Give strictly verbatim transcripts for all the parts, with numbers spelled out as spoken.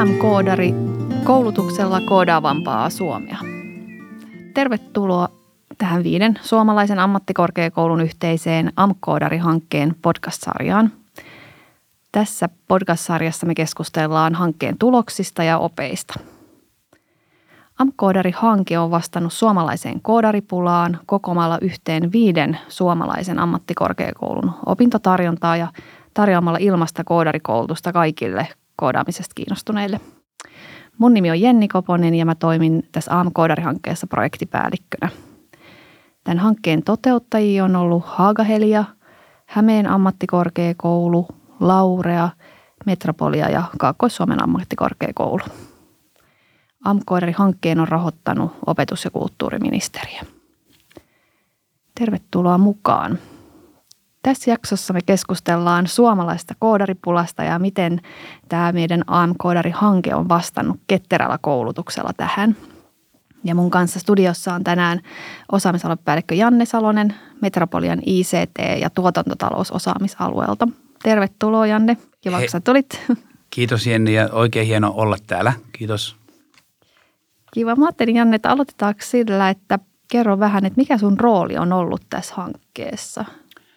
A M-koodari koulutuksella koodaavampaa Suomea. Tervetuloa tähän viiden suomalaisen ammattikorkeakoulun yhteiseen A M-koodari-hankkeen podcast-sarjaan. Tässä podcast-sarjassa me keskustellaan hankkeen tuloksista ja opeista. A M-koodari-hanke on vastannut suomalaiseen koodaripulaan kokoamalla yhteen viiden suomalaisen ammattikorkeakoulun opintotarjontaa ja tarjoamalla ilmaista koodarikoulutusta kaikille koodaamisesta kiinnostuneille. Mun nimi on Jenni Koponen ja mä toimin tässä A M-koodari-hankkeessa projektipäällikkönä. Tämän hankkeen toteuttajia on ollut Haagahelia, Hämeen ammattikorkeakoulu, Laurea, Metropolia ja Kaakkois-Suomen ammattikorkeakoulu. A M-koodari-hankkeen on rahoittanut opetus- ja kulttuuriministeriö. Tervetuloa mukaan. Tässä jaksossa me keskustellaan suomalaista koodaripulasta ja miten tämä meidän A M-koodari-hanke on vastannut ketterällä koulutuksella tähän. Ja mun kanssa studiossa on tänään osaamisaluepäällikkö Janne Salonen Metropolian I C T- ja tuotantotalousosaamisalueelta. Tervetuloa Janne, kiva kun sä tulit. Kiitos Jenni ja oikein hieno olla täällä. Kiitos. Kiva. Mä ajattelin Janne, että aloitetaanko sillä, että kerro vähän, että mikä sun rooli on ollut tässä hankkeessa?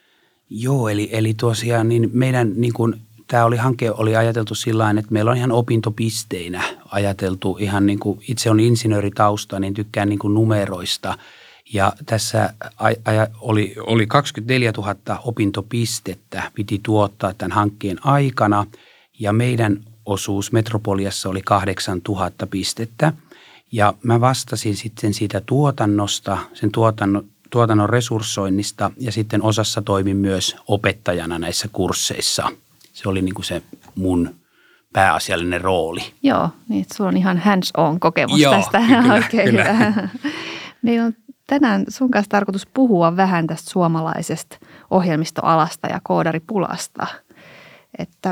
Joo, eli, eli tosiaan niin meidän niin kuin, tämä oli, hanke oli ajateltu sillä tavalla, että meillä on ihan opintopisteinä ajateltu ihan niin kuin, itse on insinööritausta, niin tykkään niin kuin numeroista. Ja tässä a, a, oli, oli kaksikymmentäneljätuhatta opintopistettä piti tuottaa tämän hankkeen aikana ja meidän osuus Metropoliassa oli kahdeksantuhatta pistettä. Ja mä vastasin sitten siitä tuotannosta, sen tuotannon, tuotannon resurssoinnista ja sitten osassa toimin myös opettajana näissä kursseissa. Se oli niin kuin se mun pääasiallinen rooli. Joo, niin että sulla on ihan hands-on kokemus Joo, tästä. kyllä, Oikein kyllä. Hyvä. Meillä on tänään sun kanssa tarkoitus puhua vähän tästä suomalaisesta ohjelmistoalasta ja koodaripulasta. Että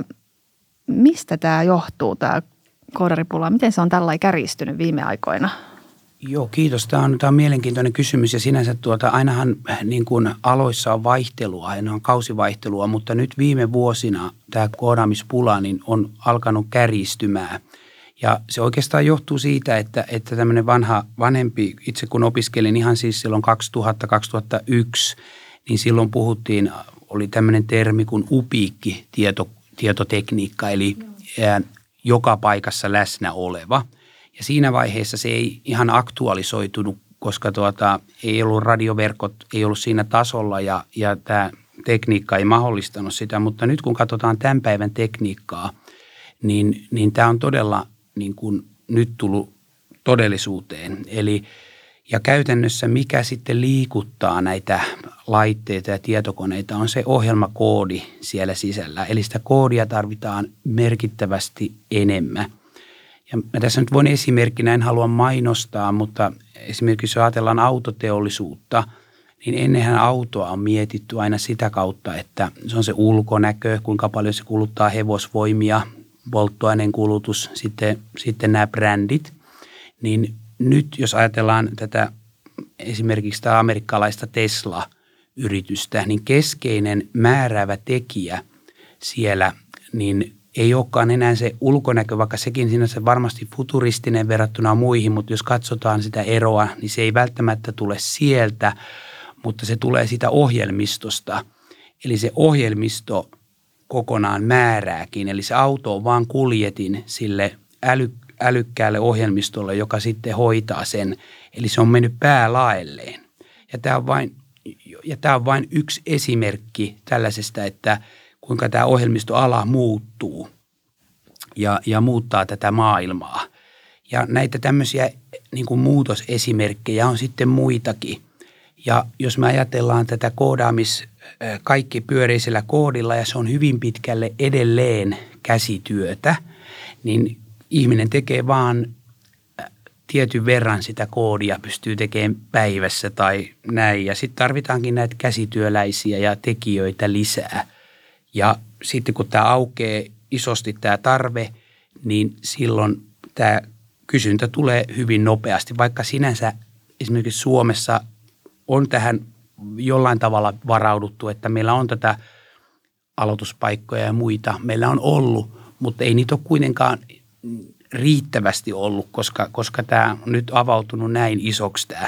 mistä tämä johtuu, tämä koodaripula? Miten se on tällainen kärjistynyt viime aikoina? Joo, kiitos. Tämä on, tämä on mielenkiintoinen kysymys ja sinänsä tuota, ainahan niin kuin aloissa on vaihtelua, aina on kausivaihtelua, mutta nyt viime vuosina tämä koodaamispula niin on alkanut kärjistymään. Ja se oikeastaan johtuu siitä, että, että tämmöinen vanha, vanhempi, itse kun opiskelin ihan siis silloin kaksituhatta kaksituhattayksi, niin silloin puhuttiin, oli tämmöinen termi kuin upiikki, tieto, tietotekniikka, eli ää, joka paikassa läsnä oleva. Ja siinä vaiheessa se ei ihan aktualisoitunut, koska tuota, ei ollut radioverkot, ei ollut siinä tasolla ja, ja tämä tekniikka ei mahdollistanut sitä. Mutta nyt kun katsotaan tämän päivän tekniikkaa, niin, niin tämä on todella niin kuin nyt tullut todellisuuteen. Eli, ja käytännössä mikä sitten liikuttaa näitä laitteita ja tietokoneita on se ohjelmakoodi siellä sisällä. Eli sitä koodia tarvitaan merkittävästi enemmän. Ja mä tässä nyt voin esimerkkinä, en halua mainostaa, mutta esimerkiksi jos ajatellaan autoteollisuutta, niin ennenhän autoa on mietitty aina sitä kautta, että se on se ulkonäkö, kuinka paljon se kuluttaa hevosvoimia, polttoaineen kulutus, sitten, sitten nämä brändit. Niin nyt jos ajatellaan tätä esimerkiksi tämä amerikkalaista Tesla-yritystä, niin keskeinen määräävä tekijä siellä, niin ei olekaan enää se ulkonäkö, vaikka sekin sinänsä varmasti futuristinen verrattuna muihin, mutta jos katsotaan sitä eroa, niin se ei välttämättä tule sieltä, mutta se tulee sitä ohjelmistosta. Eli se ohjelmisto kokonaan määrääkin, eli se auto on vaan kuljetin sille äly, älykkäälle ohjelmistolle, joka sitten hoitaa sen. Eli se on mennyt päälaelleen. Ja tämä on vain, ja tämä on vain yksi esimerkki tällaisesta, että kuinka tämä ohjelmistoala muuttuu ja, ja muuttaa tätä maailmaa. Ja näitä tämmöisiä niin kuin muutosesimerkkejä on sitten muitakin. Ja jos me ajatellaan tätä koodaamis, kaikki pyöreisellä koodilla ja se on hyvin pitkälle edelleen käsityötä, niin ihminen tekee vaan tietyn verran sitä koodia, pystyy tekemään päivässä tai näin. Ja sitten tarvitaankin näitä käsityöläisiä ja tekijöitä lisää. Ja sitten kun tämä aukeaa isosti tämä tarve, niin silloin tämä kysyntä tulee hyvin nopeasti, vaikka sinänsä esimerkiksi Suomessa on tähän jollain tavalla varauduttu, että meillä on tätä aloituspaikkoja ja muita. Meillä on ollut, mutta ei niitä ole kuitenkaan riittävästi ollut, koska, koska tämä on nyt avautunut näin isoksi tämä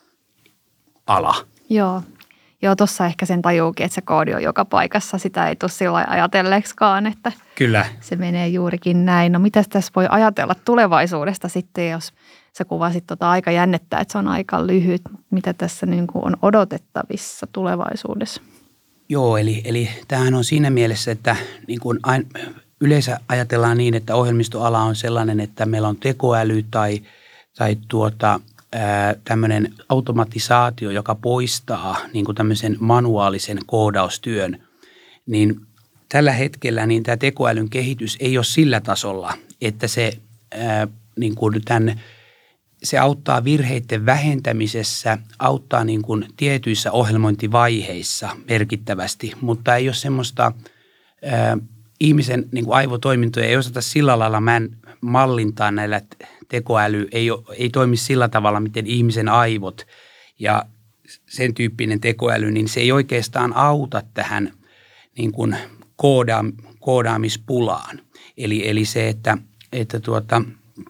ala. Joo. Joo, tuossa ehkä sen tajuukin, että se koodi on joka paikassa. Sitä ei tule sillä lailla ajatelleeksikaan, että Kyllä. se menee juurikin näin. No mitäs tässä voi ajatella tulevaisuudesta sitten, jos sä kuvasit tota aika jännettää, että se on aika lyhyt. Mitä tässä niin kuin on odotettavissa tulevaisuudessa? Joo, eli, eli tämähän on siinä mielessä, että niin kuin aina, yleensä ajatellaan niin, että ohjelmistoala on sellainen, että meillä on tekoäly tai, tai tuota, tämmöinen automatisaatio, joka poistaa niin kuin tämmöisen manuaalisen koodaustyön, niin tällä hetkellä niin tämä tekoälyn kehitys ei ole sillä tasolla, että se, ää, niin kuin tämän, se auttaa virheiden vähentämisessä, auttaa niin kuin tietyissä ohjelmointivaiheissa merkittävästi, mutta ei ole semmoista ää, ihmisen niin kuin aivotoimintoja, ei osata sillä lailla mallintaa näillä tekoäly, ei, ole, ei toimi sillä tavalla, miten ihmisen aivot ja sen tyyppinen tekoäly, niin se ei oikeastaan auta tähän niin kuin kooda, koodaamispulaan. Eli, eli se, että, että tuota,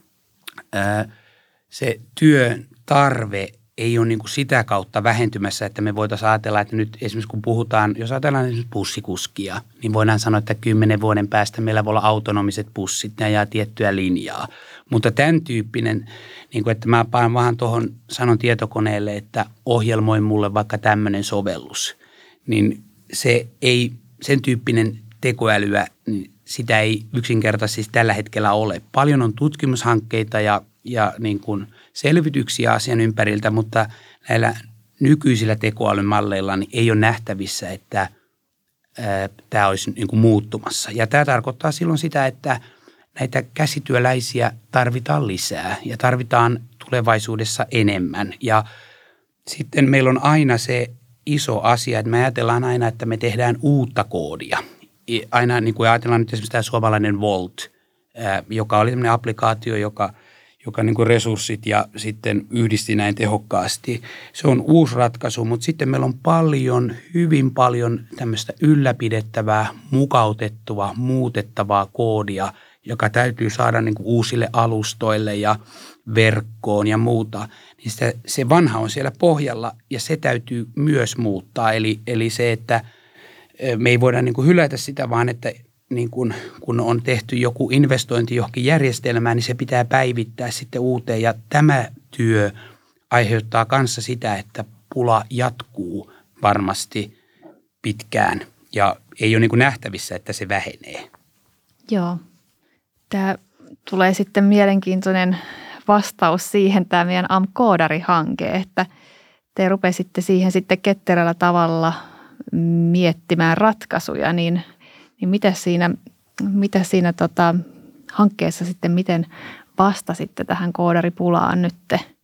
ää, se työn tarve ei ole niin kuin sitä kautta vähentymässä, että me voitaisiin ajatella, että nyt esimerkiksi kun puhutaan, jos ajatellaan esimerkiksi bussikuskia, niin voidaan sanoa, että kymmenen vuoden päästä meillä voi olla autonomiset bussit, ne ajaa tiettyä linjaa. Mutta tämän tyyppinen, niin kuin, että mä paan vähän tuohon, sanon tietokoneelle, että ohjelmoi mulle vaikka tämmöinen sovellus, niin se ei, sen tyyppinen tekoälyä, niin sitä ei yksinkertaisesti tällä hetkellä ole. Paljon on tutkimushankkeita ja, ja niin kuin selvityksiä asian ympäriltä, mutta näillä nykyisillä tekoälymalleilla niin ei ole nähtävissä, että ää, tämä olisi niin kuin muuttumassa. Ja tämä tarkoittaa silloin sitä, että näitä käsityöläisiä tarvitaan lisää ja tarvitaan tulevaisuudessa enemmän. Ja sitten meillä on aina se iso asia, että me ajatellaan aina, että me tehdään uutta koodia. Aina niin kuin ajatellaan nyt esimerkiksi tämä suomalainen Volt, joka oli tämmöinen applikaatio, joka, joka niin kuin resurssit ja sitten yhdisti näin tehokkaasti. Se on uusi ratkaisu, mutta sitten meillä on paljon, hyvin paljon tämmöistä ylläpidettävää, mukautettua, muutettavaa koodia, joka täytyy saada niin kuin uusille alustoille ja verkkoon ja muuta. Niin sitä, se vanha on siellä pohjalla ja se täytyy myös muuttaa. Eli, eli se, että me ei voida niin kuin hylätä sitä, vaan että niin kuin, kun on tehty joku investointi johonkin järjestelmään, niin se pitää päivittää sitten uuteen. Ja tämä työ aiheuttaa kanssa sitä, että pula jatkuu varmasti pitkään ja ei ole niin kuin nähtävissä, että se vähenee. Joo. Tämä tulee sitten mielenkiintoinen vastaus siihen, tämä meidän A M Koodari-hanke, että te rupesitte siihen sitten ketterällä tavalla miettimään ratkaisuja, niin, niin mitä siinä, mitä siinä tota, hankkeessa sitten, miten vastasitte tähän koodaripulaan nyt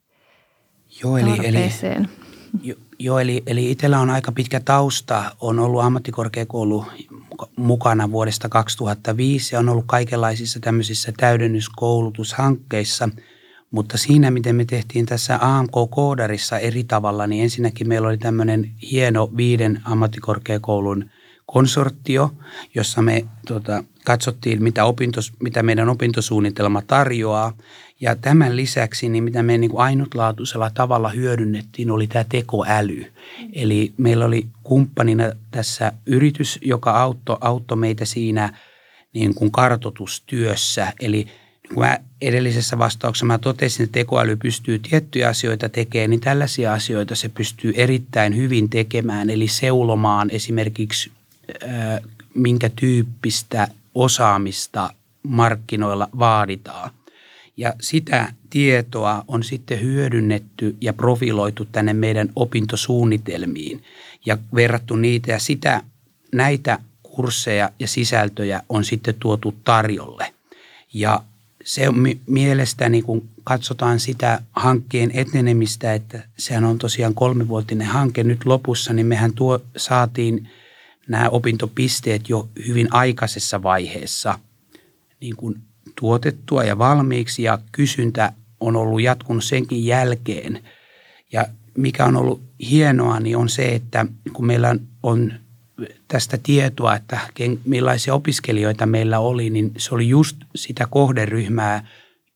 Joo, eli, tarpeeseen? Eli, jo, eli, eli itsellä on aika pitkä tausta, on ollut ammattikorkeakoulu mukana vuodesta kaksituhattaviisi ja on ollut kaikenlaisissa tämmöisissä täydennyskoulutushankkeissa, mutta siinä, miten me tehtiin tässä A M K-koodarissa eri tavalla, niin ensinnäkin meillä oli tämmöinen hieno viiden ammattikorkeakoulun konsortio, jossa me tota, katsottiin, mitä, opintos, mitä meidän opintosuunnitelma tarjoaa. Ja tämän lisäksi, niin mitä me niin kuin ainutlaatuisella tavalla hyödynnettiin, oli tämä tekoäly. Eli meillä oli kumppanina tässä yritys, joka auttoi, auttoi meitä siinä niin kuin kartoitustyössä. Eli kun mä edellisessä vastauksessa mä totesin, että tekoäly pystyy tiettyjä asioita tekemään, niin tällaisia asioita se pystyy erittäin hyvin tekemään. Eli seulomaan esimerkiksi äh, minkä tyyppistä osaamista markkinoilla vaaditaan. Ja sitä tietoa on sitten hyödynnetty ja profiloitu tänne meidän opintosuunnitelmiin ja verrattu niitä ja sitä, näitä kursseja ja sisältöjä on sitten tuotu tarjolle. Ja se on mielestäni, kun katsotaan sitä hankkeen etenemistä, että sehän on tosiaan kolmivuotinen hanke nyt lopussa, niin mehän tuo, saatiin nämä opintopisteet jo hyvin aikaisessa vaiheessa niin kuin tuotettua ja valmiiksi ja kysyntä on ollut jatkunut senkin jälkeen. Ja mikä on ollut hienoa, niin on se, että kun meillä on tästä tietoa, että millaisia opiskelijoita meillä oli, niin se oli just sitä kohderyhmää,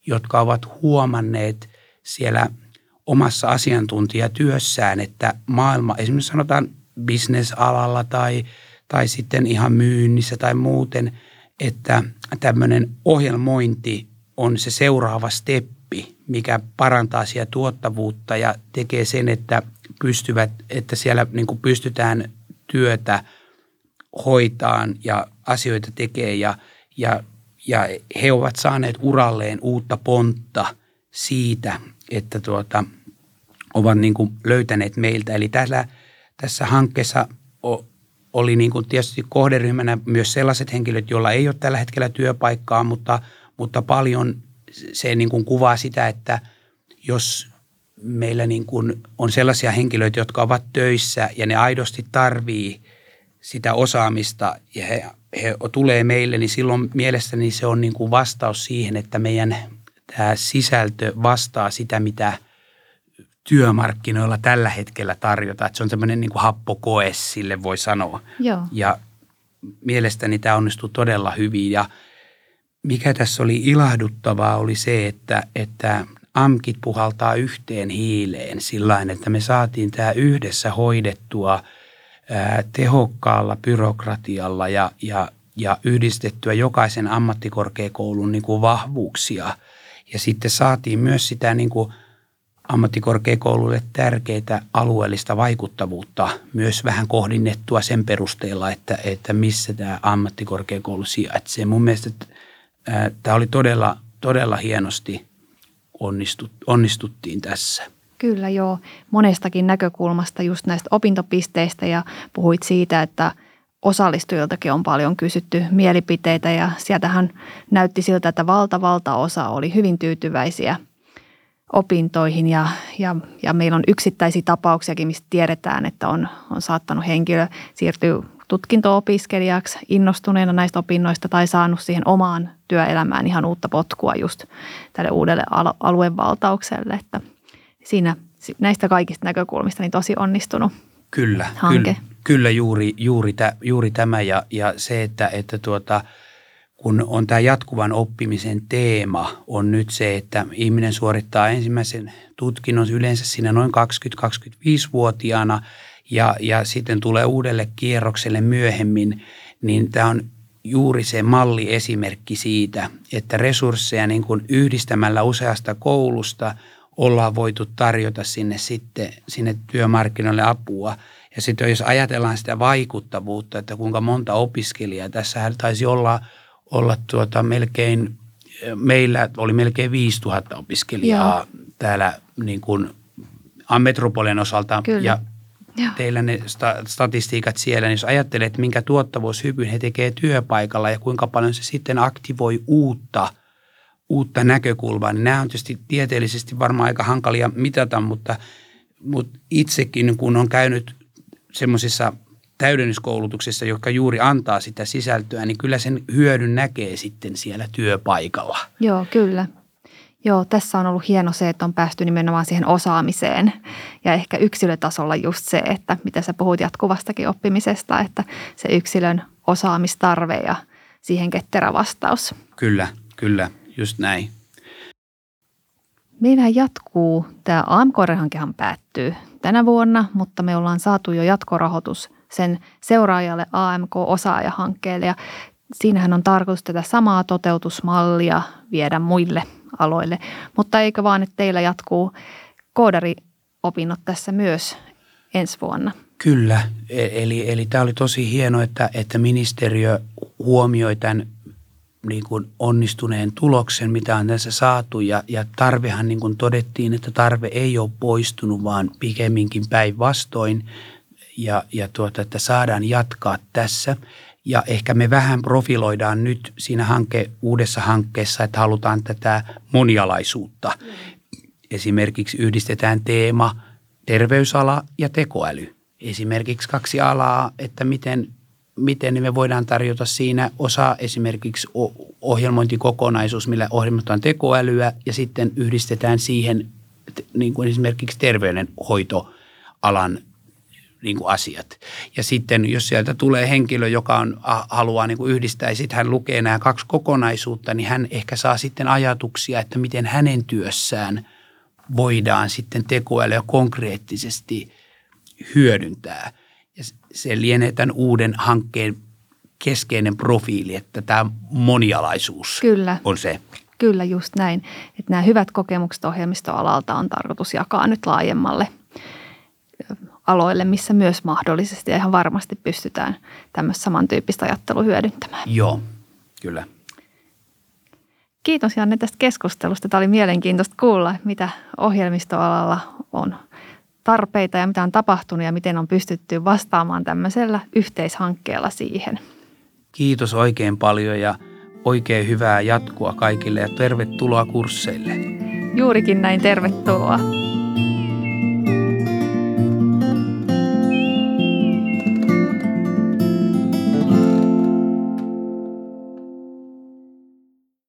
jotka ovat huomanneet siellä omassa asiantuntijatyössään, että maailma, esimerkiksi sanotaan bisnesalalla tai, tai sitten ihan myynnissä tai muuten, että tämmöinen ohjelmointi on se seuraava steppi, mikä parantaa siellä tuottavuutta ja tekee sen, että pystyvät, että siellä niin kuin pystytään työtä hoitaan ja asioita tekee ja, ja, ja he ovat saaneet uralleen uutta pontta siitä, että tuota, ovat niin kuin löytäneet meiltä. Eli tällä, tässä hankkeessa oli niin kuin tietysti kohderyhmänä myös sellaiset henkilöt, joilla ei ole tällä hetkellä työpaikkaa, mutta, mutta paljon se niin kuin kuvaa sitä, että jos meillä niin kuin on sellaisia henkilöitä, jotka ovat töissä ja ne aidosti tarvii sitä osaamista ja he, he tulee meille, niin silloin mielestäni se on niin kuin vastaus siihen, että meidän tämä sisältö vastaa sitä, mitä työmarkkinoilla tällä hetkellä tarjotaan. Että se on semmoinen niin kuin happokoe, sille voi sanoa. Joo. Ja mielestäni tämä onnistui todella hyvin. Ja mikä tässä oli ilahduttavaa oli se, että, että A M Kit puhaltaa yhteen hiileen sillain, että me saatiin tämä yhdessä hoidettua ää, tehokkaalla byrokratialla ja, ja, ja yhdistettyä jokaisen ammattikorkeakoulun niin kuin vahvuuksia. Ja sitten saatiin myös sitä niin kuin ammattikorkeakouluille tärkeää alueellista vaikuttavuutta myös vähän kohdennettua sen perusteella, että, että missä tämä ammattikorkeakoulu sijaitsee. Mun mielestä ää, tämä oli todella, todella hienosti onnistut, onnistuttiin tässä. Kyllä joo, monestakin näkökulmasta just näistä opintopisteistä ja puhuit siitä, että osallistujiltakin on paljon kysytty mielipiteitä ja sieltähän näytti siltä, että valta osa oli hyvin tyytyväisiä opintoihin ja, ja, ja meillä on yksittäisiä tapauksiakin, mistä tiedetään, että on, on saattanut henkilö siirtyä tutkinto-opiskelijaksi innostuneena näistä opinnoista tai saanut siihen omaan työelämään ihan uutta potkua just tälle uudelle aluevaltaukselle, että siinä näistä kaikista näkökulmista niin tosi onnistunut kyllä, hanke. Kyllä, kyllä juuri, juuri, tä, juuri tämä ja, ja se, että, että tuota, kun on tämä jatkuvan oppimisen teema, on nyt se, että ihminen suorittaa ensimmäisen tutkinnon yleensä siinä noin kaksikymmentä-kaksikymmentäviisivuotiaana ja, ja sitten tulee uudelle kierrokselle myöhemmin, niin tämä on juuri se malliesimerkki siitä, että resursseja niin kuin yhdistämällä useasta koulusta ollaan voitu tarjota sinne sitten sinne työmarkkinoille apua. Ja sitten jos ajatellaan sitä vaikuttavuutta, että kuinka monta opiskelijaa, tässähän taisi olla, olla tuota melkein, meillä oli melkein viisituhatta opiskelijaa Joo. täällä niin kuin metropolian osalta. Kyllä. Ja Joo. teillä ne statistiikat siellä, niin jos ajattelet, minkä tuottavuushypyn he tekee työpaikalla ja kuinka paljon se sitten aktivoi uutta uutta näkökulmaa, niin nämä on tietysti tieteellisesti varmaan aika hankalia mitata, mutta, mutta itsekin kun on käynyt semmoisissa täydennyskoulutuksissa, jotka juuri antaa sitä sisältöä, niin kyllä sen hyödyn näkee sitten siellä työpaikalla. Joo, kyllä. Joo, tässä on ollut hieno se, että on päästy nimenomaan siihen osaamiseen ja ehkä yksilötasolla just se, että mitä sä puhut jatkuvastakin oppimisesta, että se yksilön osaamistarve ja siihen ketterä vastaus. Kyllä, kyllä. Just näin. Meillähän jatkuu, tämä A M K-hankehan päättyy tänä vuonna, mutta me ollaan saatu jo jatkorahoitus sen seuraajalle A M K-osaajahankkeelle ja siinähän on tarkoitus tätä samaa toteutusmallia viedä muille aloille, mutta eikö vaan, että teillä jatkuu koodariopinnot tässä myös ensi vuonna? Kyllä, eli, eli tämä oli tosi hieno, että, että ministeriö huomioi tämän niin kuin onnistuneen tuloksen, mitä on tässä saatu ja, ja tarvehan niin kuin todettiin, että tarve ei ole poistunut, vaan pikemminkin päinvastoin ja, ja tuota, että saadaan jatkaa tässä. Ja ehkä me vähän profiloidaan nyt siinä hanke, uudessa hankkeessa, että halutaan tätä monialaisuutta. Mm. Esimerkiksi yhdistetään teema terveysala ja tekoäly. Esimerkiksi kaksi alaa, että miten miten me voidaan tarjota siinä osa esimerkiksi ohjelmointikokonaisuus, millä ohjelmoidaan tekoälyä ja sitten yhdistetään siihen niin kuin esimerkiksi terveydenhoitoalan niin kuin asiat. Ja sitten jos sieltä tulee henkilö, joka on, haluaa niin kuin yhdistää ja sitten hän lukee nämä kaksi kokonaisuutta, niin hän ehkä saa sitten ajatuksia, että miten hänen työssään voidaan sitten tekoälyä konkreettisesti hyödyntää. Ja se lienee tämän uuden hankkeen keskeinen profiili, että tämä monialaisuus Kyllä. on se. Kyllä, just näin. Että nämä hyvät kokemukset ohjelmistoalalta on tarkoitus jakaa nyt laajemmalle aloille, missä myös mahdollisesti ja ihan varmasti pystytään tämmöistä samantyyppistä ajattelua hyödyntämään. Joo, kyllä. Kiitos Janne tästä keskustelusta. Tämä oli mielenkiintoista kuulla, mitä ohjelmistoalalla on tarpeita ja mitä on tapahtunut ja miten on pystytty vastaamaan tämmöisellä yhteishankkeella siihen. Kiitos oikein paljon ja oikein hyvää jatkoa kaikille ja tervetuloa kursseille. Juurikin näin, tervetuloa.